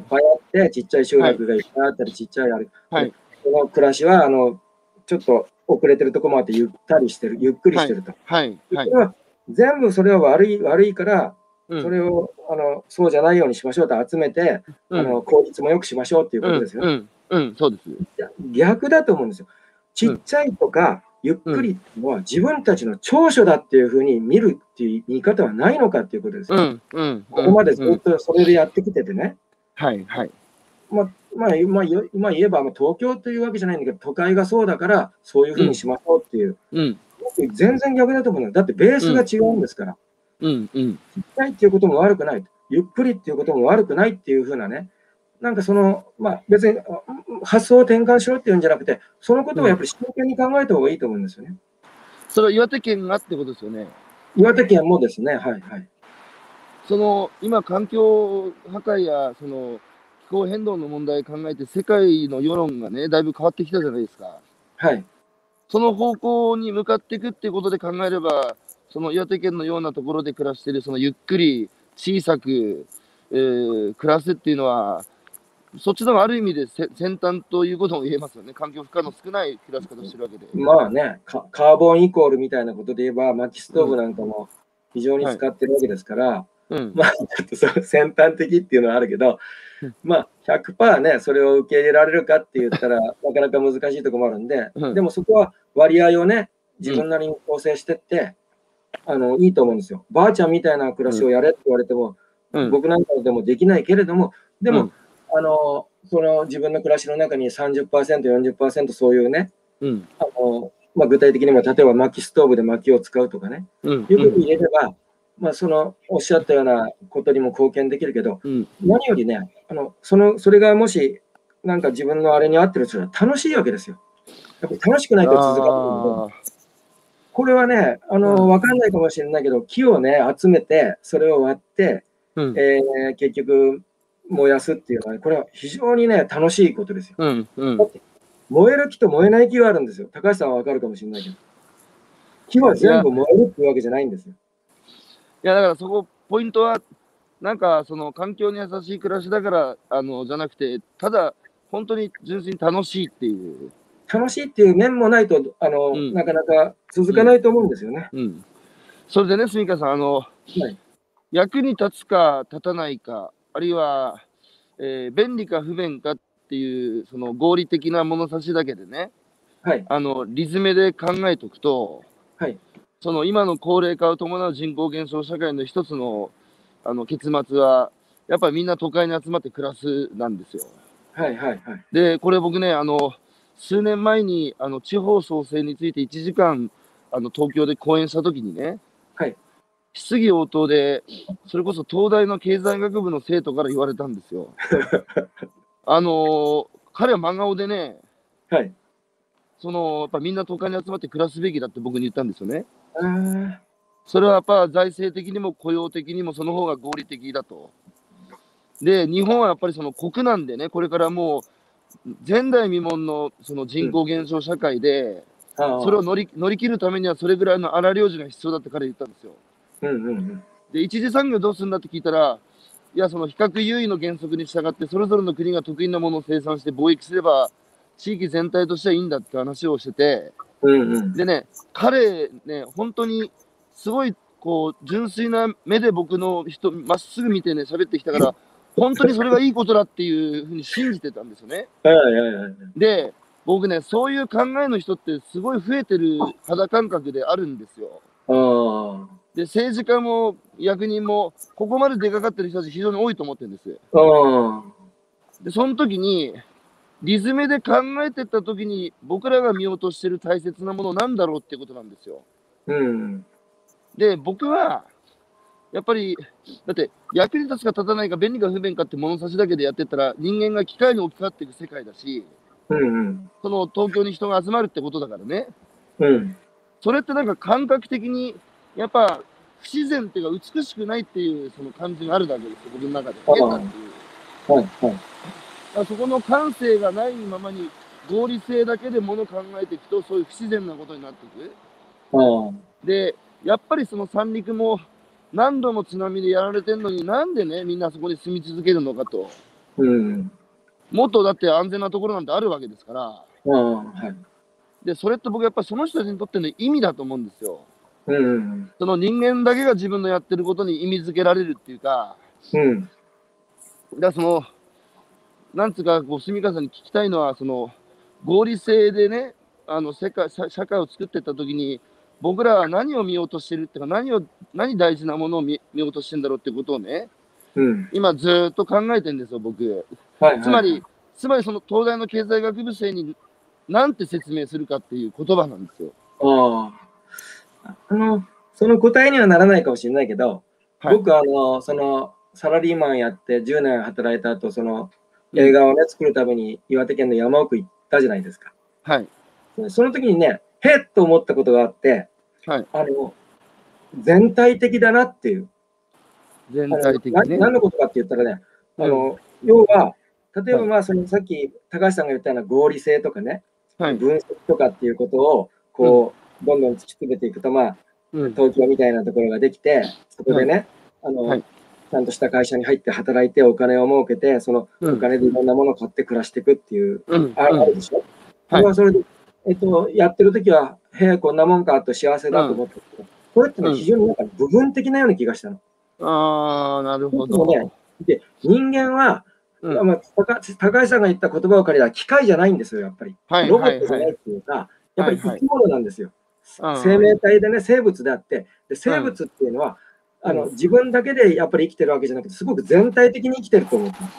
て、ちっちゃい集落がいっぱいあったり、ちっちゃいあれ、 はい、 その暮らしはちょっと遅れてるところもあって、ゆったりしてる、ゆっくりしてると。 はい、はい。 それは全部それは悪いから、 うん、 それをそうじゃないようにしましょうと集めて、 うん、 効率も良くしましょうっていううん、 ことですよね。 うん、うん、そうです。 逆だと思うんですよ。ちっちゃいとか、ゆっくりっていうのは自分たちの長所だっていうふうに見るっていう言い方はないのかっていうことですよ。 うん、うん、 ここまでずっとそれでやってきててね。 はい、はい。 今言えば、東京というわけじゃないんだけど、都会がそうだから、そういうふうにしましょうっていう、全然逆だと思うの。だってベースが違うんですから。ちっちゃいっていうことも悪くない。ゆっくりっていうことも悪くないっていうふうなね、なんか別に発想を転換しろっていうんじゃなくて、そのことをやっぱり真剣に考えた方がいいと思うんですよね。 それは岩手県がってことですよね。 岩手県もですね、はいはい。 今、環境破壊や、気候変動の問題を考えて、世界の世論がね、だいぶ変わってきたじゃないですか。 はい。 その方向に向かっていくっていうことで考えれば、その岩手県のようなところで暮らしている、ゆっくり小さく、暮らすっていうのは、そっちの方がある意味で先端ということも言えますよね。環境負荷の少ない暮らし方をしてるわけで。 まあね、カーボンイコールみたいなことで言えば、薪ストーブなんかも非常に使ってるわけですから、ちょっと先端的っていうのはあるけど、100% ね、それを受け入れられるかって言ったら、なかなか難しいところもあるんで、でもそこは割合をね、自分なりに構成してって、いいと思うんですよ。ばあちゃんみたいな暮らしをやれって言われても、僕なんかでもできないけれども、でも、自分の暮らしの中に 30%、40% そういうね、具体的にも例えば薪ストーブで薪を使うとかね、いうことを入れれば、おっしゃったようなことにも貢献できるけど、何よりね、それがもし、なんか自分のあれに合ってる人は楽しいわけですよ。やっぱり楽しくないと続かないので、これはね、わかんないかもしれないけど、木をね、集めて、それを割って、結局、燃やすっていうのは、これは非常にね、楽しいことですよ。だって燃える木と燃えない木があるんですよ。高橋さんはわかるかもしれないけど。木は全部燃えるっていうわけじゃないんですよ。 いや、だからそこ、ポイントは、なんか、環境に優しい暮らしだから、じゃなくて、ただ、本当に純粋に楽しいっていう。 楽しいっていう面もないと、なかなか続かないと思うんですよね。 それでね、住川さん、役に立つか立たないか、あるいは、便利か不便かっていう、合理的な物差しだけでね、理詰めで考えておくと、今の高齢化を伴う人口減少社会の一つの、結末は、やっぱりみんな都会に集まって暮らすなんですよ。で、これ僕ね、数年前に地方創生について1時間東京で講演したときにね、質疑応答で、それこそ東大の経済学部の生徒から言われたんですよ。彼は真顔でね、やっぱみんな都会に集まって暮らすべきだって僕に言ったんですよね。それはやっぱ財政的にも雇用的にもその方が合理的だと。で、日本はやっぱり国なんでね、これからもう前代未聞の人口減少社会で、それを乗り切るためにはそれぐらいの荒領事が必要だって彼言ったんですよ。で、一次産業どうするんだって聞いたら、いや、比較優位の原則に従って、それぞれの国が得意なものを生産して貿易すれば、地域全体としてはいいんだって話をしてて、でね、彼ね、本当にすごい、純粋な目で僕のまっすぐ見てね、喋ってきたから、本当にそれがいいことだっていうふうに信じてたんですよね。で、僕ね、そういう考えの人ってすごい増えてる肌感覚であるんですよ。で、政治家も役人も、ここまで出かかってる人たち非常に多いと思ってるんです。で、その時に、理詰めで考えてった時に、僕らが見落としてる大切なものなんだろうってことなんですよ。で、僕は、やっぱり、だって、役に立つか立たないか、便利か不便かって物差しだけでやってったら、人間が機械に置き換わっていく世界だし、東京に人が集まるってことだからね。それってなんか感覚的に、やっぱ、不自然っていうか、美しくないっていう感じがあるだけですよ、僕の中で。変だっていう。そこの感性がないままに、合理性だけでもの考えていくと、そういう不自然なことになっていく。で、やっぱり三陸も何度も津波でやられてるのになんでね、みんなそこに住み続けるのかと。 もっとだって安全なところなんてあるわけですから。 はい。 で、それって僕やっぱりその人たちにとっての意味だと思うんですよ。 うん。 その人間だけが自分のやってることに意味づけられるっていうか、 うん。 だその、なんつうか、こう、住川さんに聞きたいのは、その、合理性でね、社会を作っていったときに、僕らは何を見ようとしてるっていうか、何大事なものを見ようとしてるんだろうってことをね、 うん。 今ずっと考えてるんですよ、僕。 はいはい。 つまりその東大の経済学部生になんて説明するかっていう言葉なんですよ。 その答えにはならないかもしれないけど、 はい、 僕そのサラリーマンやって10年働いた後、その映画をね、作るために岩手県の山奥行ったじゃないですか。 はい。 その時にね、へっと思ったことがあって、 はい。 全体的だなっていう。 全体的ね。 何のことかって言ったらね、要は、例えばまあそのさっき高橋さんが言ったような合理性とかね、分析とかっていうことをこう、どんどん突き詰めていくと、まあ、東京みたいなところができて、そこでね、ちゃんとした会社に入って働いてお金を儲けて、そのお金でいろんなものを買って暮らしていくっていう、あるでしょ。それはそれで、やってる時は、へえ、こんなもんかと幸せだと思ってるけど、これってね、非常になんか部分的なような気がしたの。 ああ、なるほど。 ね、で、人間は、高橋さんが言った言葉を借りたら機械じゃないんですよ、やっぱり。ロボットじゃないっていうか、やっぱり生き物なんですよ。生命体でね、生物であって、で生物っていうのは、自分だけでやっぱり生きてるわけじゃなくて、すごく全体的に生きてると思ってます。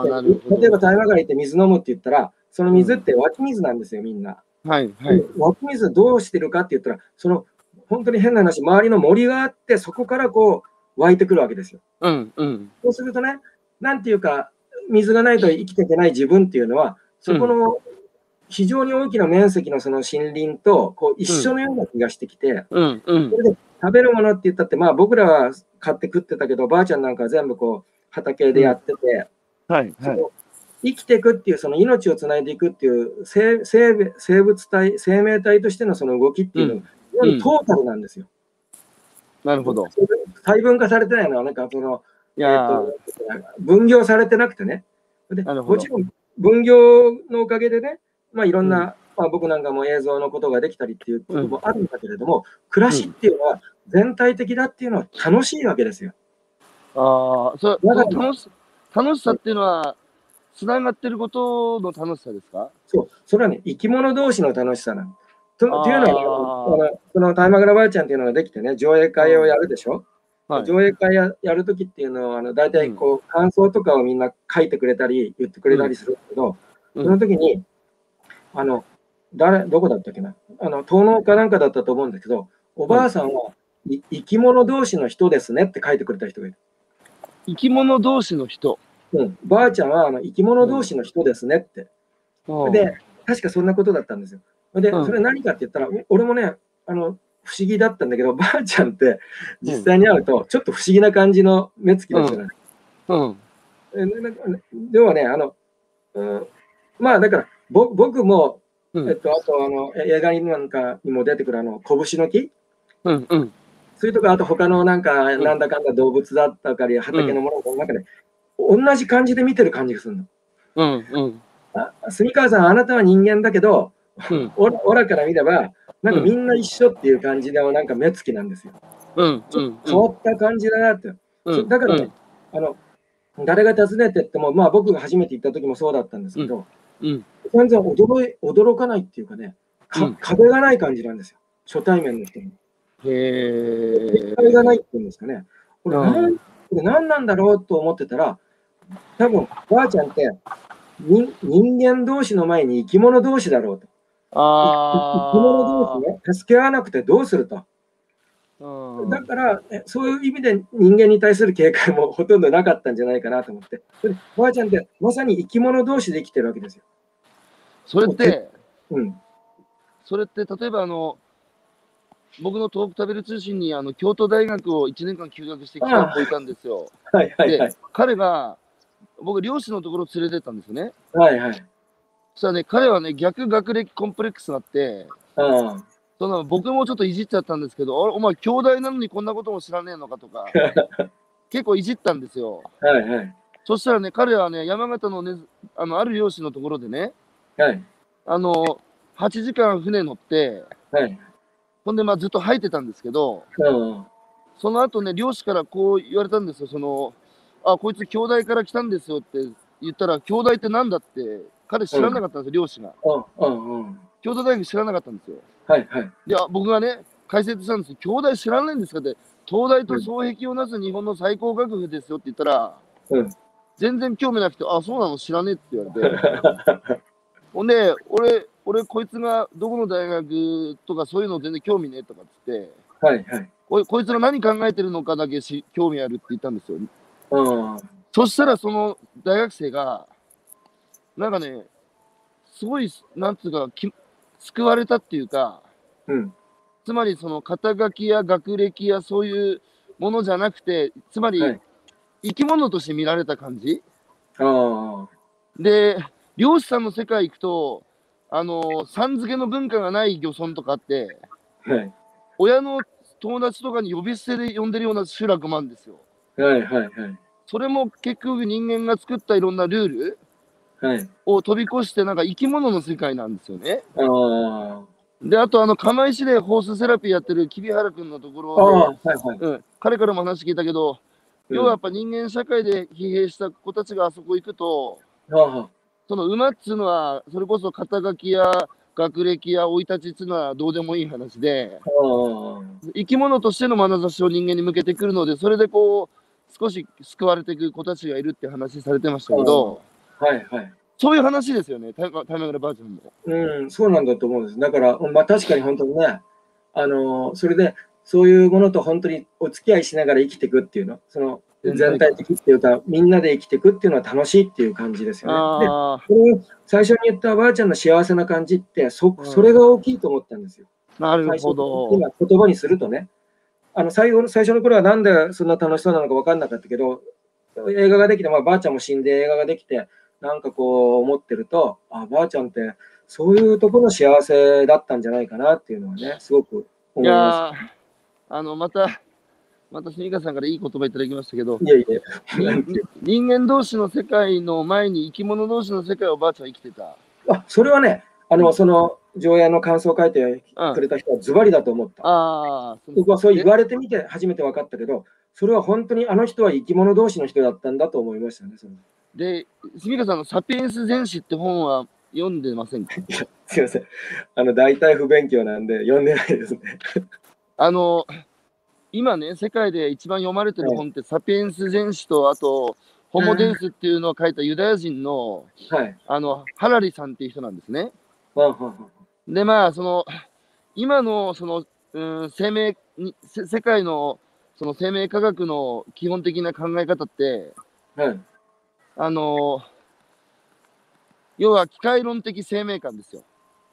だって、例えば大麻がいて水飲むって言ったら、その水って湧き水なんですよ、みんな。湧き水どうしてるかって言ったら、その、本当に変な話、周りの森があって、そこからこう、湧いてくるわけですよ。そうするとね、なんていうか、水がないと生きていけない自分っていうのは、そこの非常に大きな面積のその森林とこう一緒のような気がしてきて、それで食べるものって言ったって、まあ僕らは買って食ってたけど、ばあちゃんなんかは全部こう畑でやってて、生きていくっていう、その命をつないでいくっていう生物体、生命体としてのその動きっていうのが、非常にトータルなんですよ。 なるほど。 細分化されてないのは、なんかその、分業されてなくてね。でもちろん分業のおかげでね、まあいろんな、まあ僕なんかも映像のことができたりっていうこともあるんだけれども、暮らしっていうのは全体的だっていうのは楽しいわけですよ。 ああ、それ楽しさっていうのは、つながってることの楽しさですか？ そう、それはね、生き物同士の楽しさなの。というのは、その大麻グラばあちゃんっていうのができてね、上映会をやるでしょ。上映会やるときっていうのは、大体こう、感想とかをみんな書いてくれたり、言ってくれたりするけど、その時に、どこだったっけな、東農かなんかだったと思うんだけど、おばあさんは、生き物同士の人ですねって書いてくれた人がいる。 生き物同士の人。 ばあちゃんは生き物同士の人ですねって。で、確かそんなことだったんですよ。で、それ何かって言ったら、俺もね、不思議だったんだけど、ばあちゃんって実際に会うと、ちょっと不思議な感じの目つきだったじゃない。でもね、まあだから、僕も、あと映画なんかにも出てくる拳の木、そういうとこ、あと他のなんか、なんだかんだ動物だったかり、畑のものの中で、同じ感じで見てる感じがするの。住川さん、あなたは人間だけど、オラから見れば、なんかみんな一緒っていう感じで、なんか目つきなんですよ。変わった感じだなって。だからね、誰が訪ねてっても、まあ僕が初めて行った時もそうだったんですけど、全然驚かないっていうかね、壁がない感じなんですよ。初対面の人に。壁がないっていうんですかね。これ何なんだろうと思ってたら、多分、ばあちゃんって、人間同士の前に生き物同士だろうと。生き物同士ね、助け合わなくてどうすると。だから、そういう意味で人間に対する警戒もほとんどなかったんじゃないかなと思って。ばあちゃんってまさに生き物同士で生きてるわけですよ。 それって、例えば僕の東北食べる通信に京都大学を1年間休学してきた子いたんですよ。で、彼が、僕、漁師のところ連れてったんですよね。そしたらね、彼はね、逆学歴コンプレックスがあって、僕もちょっといじっちゃったんですけど、お前、兄弟なのにこんなことも知らねえのかとか、結構いじったんですよ。 そしたらね、彼はね、山形のね、ある漁師のところでね、 はい。 8時間船乗って、 はい。 ほんで、まあずっと入ってたんですけど、 うん。 その後ね、漁師からこう言われたんですよ。こいつ兄弟から来たんですよって言ったら、兄弟ってなんだって、彼知らなかったんですよ、漁師が。 うん。 兄弟大学知らなかったんですよ。 はいはい。 で、僕がね、解説したんですよ。兄弟知らないんですかって、東大と双璧をなす日本の最高学府ですよって言ったら、 うん。 全然興味なくて、あ、そうなの知らねえって言われて。ほんで、俺、こいつがどこの大学とかそういうの全然興味ねえとかっつって、 はいはい。 こいつが何考えてるのかだけ興味あるって言ったんですよ。 うん。 そしたらその大学生が、なんかね、すごい、なんつうか、救われたっていうか、 うん。 つまりその肩書きや学歴やそういうものじゃなくて、つまり生き物として見られた感じ。 ああ。 で、漁師さんの世界行くと、さん付けの文化がない漁村とかあって、 はい。 親の友達とかに呼び捨てで呼んでるような集落もあるんですよ。 はいはいはい。 それも結局人間が作ったいろんなルールはい。 を飛び越してなんか生き物の世界なんですよね。 ああ。 で、あと釜石でホースセラピーやってる桐原君のところで、 はいはい。 彼からも話聞いたけど、 うん、 要はやっぱ人間社会で疲弊した子たちがあそこ行くと、 あその馬っつうのは、それこそ肩書きや学歴や生い立ちっつうのはどうでもいい話で、生き物としての眼差しを人間に向けてくるので、それでこう、少し救われていく子たちがいるって話されてましたけど、 はいはい。 そういう話ですよね、タイマグラばあちゃんも。 うん、そうなんだと思うんです。だから、まあ確かに本当にね、それで、そういうものと本当にお付き合いしながら生きていくっていうの、その全体的っていうか、みんなで生きていくっていうのは楽しいっていう感じですよね。で、最初に言ったばあちゃんの幸せな感じって、それが大きいと思ったんですよ。 なるほど。 今言葉にするとね、最初の頃はなんでそんな楽しそうなのか分かんなかったけど、映画ができて、まあ、ばあちゃんも死んで映画ができて、なんかこう思ってると、あ、ばあちゃんってそういうところの幸せだったんじゃないかなっていうのはね、すごく思います。 またスニーカーさんからいい言葉いただきましたけど、 いえいえ人間同士の世界の前に生き物同士の世界をばあちゃん生きてた。 それはね、その上映の感想を書いてくれた人はズバリだと思った。僕はそう言われてみて初めて分かったけど、それは本当にあの人は生き物同士の人だったんだと思いましたね。 で、スミカさんのサピエンス全史って本は読んでませんか？ すいません。大体不勉強なんで読んでないですね。 今ね、世界で一番読まれてる本って、サピエンス全史と、あと、ホモデウスっていうのを書いたユダヤ人の、ハラリさんっていう人なんですね。で、まあ、今の、生命世界の、生命科学の基本的な考え方って、要は機械論的生命観ですよ。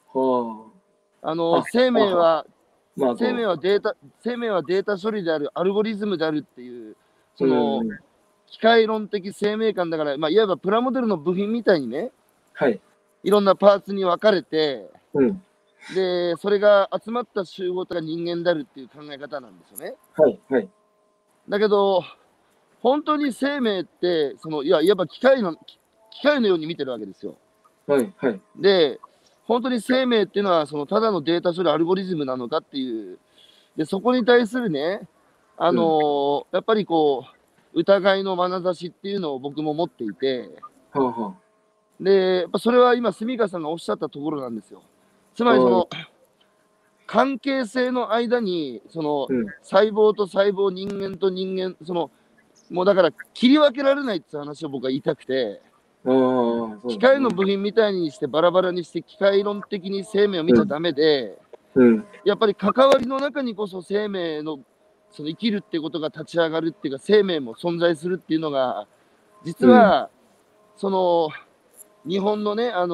生命はデータ処理である、アルゴリズムであるっていう、機械論的生命観だから、まあ、いわばプラモデルの部品みたいにね、いろんなパーツに分かれて、で、それが集まった集合体が人間であるっていう考え方なんですよね。だけど、本当に生命って、いわば機械のように見てるわけですよ。で、本当に生命っていうのは、ただのデータ処理アルゴリズムなのかっていう、で、そこに対するね、やっぱりこう、疑いの眼差しっていうのを僕も持っていて、で、やっぱそれは今、住川さんがおっしゃったところなんですよ。つまり関係性の間に、細胞と細胞、人間と人間、もうだから切り分けられないって話を僕は言いたくて、機械の部品みたいにしてバラバラにして機械論的に生命を見ちゃダメで、やっぱり関わりの中にこそ生命の生きるっていうことが立ち上がるっていうか、生命も存在するっていうのが実は、日本のね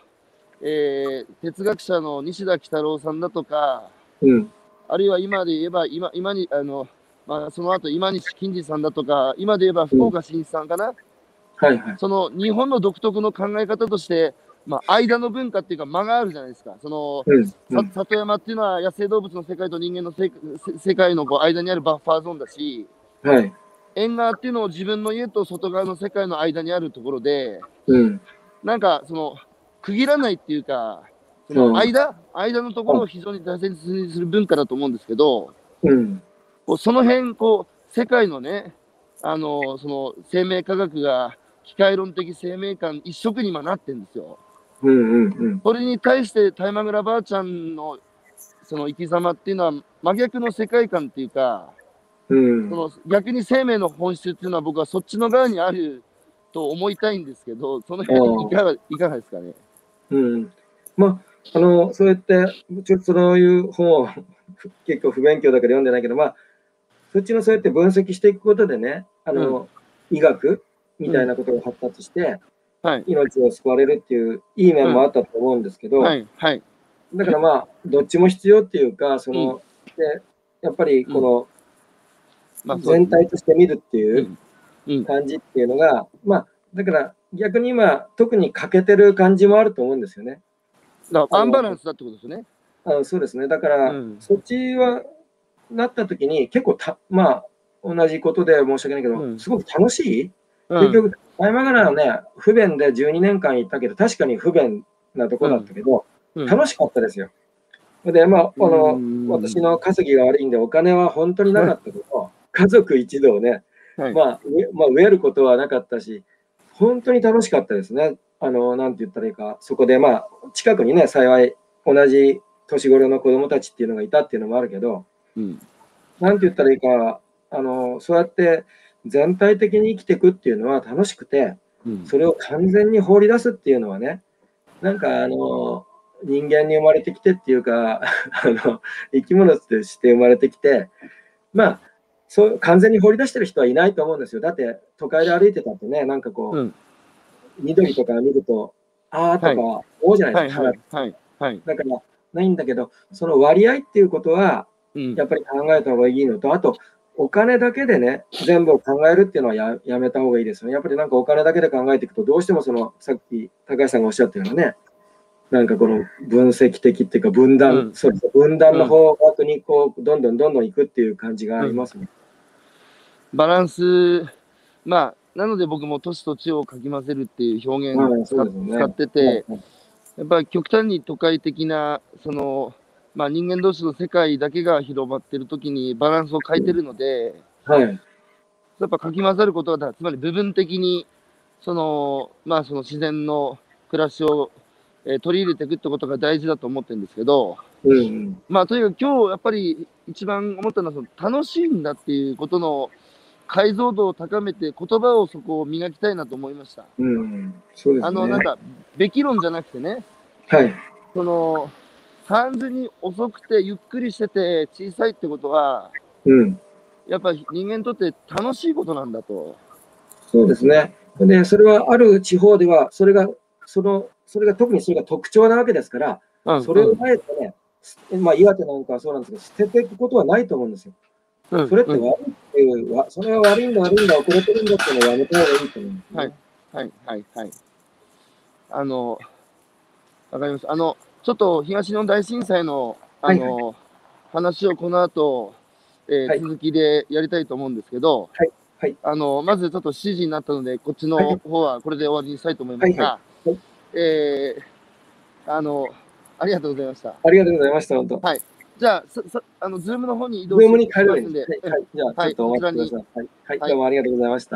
哲学者の西田幾多郎さんだとか、あるいは今で言えば今にその後今西金次さんだとか、今で言えば福岡伸一さんかな、日本の独特の考え方として、間の文化っていうか間があるじゃないですか。里山っていうのは野生動物の世界と人間の世界の間にあるバッファーゾーンだし、 縁側っていうのを自分の家と外側の世界の間にあるところで、なんかその区切らないっていうか、その間のところを非常に大切にする文化だと思うんですけど、こうその辺こう世界のね、その生命科学が機械論的生命観一色に今なってるんですよ。それに対してタイマグラばあちゃんのその生き様っていうのは真逆の世界観っていうか、その逆に生命の本質っていうのは僕はそっちの側にあると思いたいんですけど、その辺いかがですかね。 まあ、そうやって、ちょっとそういう本を結構不勉強だから読んでないけど、まあ、そっちのそうやって分析していくことでね、医学みたいなことが発達して、命を救われるっていういい面もあったと思うんですけど、だからまあ、どっちも必要っていうか、その、でやっぱりこの、全体として見るっていう感じっていうのが、まあ、だから逆に今、特に欠けてる感じもあると思うんですよね。 だからアンバランスだってことですね。 そうですね。だから、そっちはなった時に結構まあ、同じことで申し訳ないけど、すごく楽しい、結局、大マガラはね、不便で12年間行ったけど、確かに不便なとこだったけど、楽しかったですよ。で、まあ、私の稼ぎが悪いんで、お金は本当になかったけど、家族一同ね、まあ、飢えることはなかったし、本当に楽しかったですね。なんて言ったらいいか、そこで、まあ、近くにね、幸い、同じ年頃の子供たちっていうのがいたっていうのもあるけど、なんて言ったらいいか、そうやって全体的に生きていくっていうのは楽しくて、それを完全に放り出すっていうのはね、なんか人間に生まれてきてっていうか、生き物として生まれてきて、まあ、そう完全に放り出してる人はいないと思うんですよ。だって、都会で歩いてたってね、なんかこう、緑とか見ると、あーとか思うじゃないですか。だからないんだけど、その割合っていうことは、やっぱり考えた方がいいのと、あと、お金だけでね、全部を考えるっていうのはやめた方がいいですよね。やっぱりなんかお金だけで考えていくと、どうしてもその、さっき高橋さんがおっしゃったようなね、なんかこの分析的っていうか分断、分断の方角にこう、どんどん行くっていう感じがありますね。 バランス、まあ、なので僕も都市と地をかき混ぜるっていう表現使ってて、やっぱり極端に都会的な、その、まあ人間同士の世界だけが広まってるときにバランスを変えてるので、やっぱかき混ざることが、つまり部分的に、その、まあその自然の暮らしを、取り入れていくってことが大事だと思ってるんですけど、まあとにかく今日やっぱり一番思ったのは、その楽しいんだっていうことの解像度を高めて、言葉をそこを磨きたいなと思いました。 そうですね。 なんか、べき論じゃなくてね、その、単純に遅くてゆっくりしてて小さいってことは、やっぱり人間にとって楽しいことなんだと。 そうですね。で、それはある地方では、それが特にそれが特徴なわけですから、それをあえてね、まあ岩手なんかはそうなんですけど、捨てていくことはないと思うんですよ。それって悪いっていう、それは悪いんだ、遅れてるんだっていうのをやめた方がいいと思うんですね。 わかります。ちょっと東日本大震災の、話をこの後、続きでやりたいと思うんですけど、まずちょっと7時になったので、こっちの方はこれで終わりにしたいと思いますが、ありがとうございました。 ありがとうございました、本当。 じゃあ、ズームの方に移動しますんで、 じゃあ、ちょっとお待ちください。どうもありがとうございました。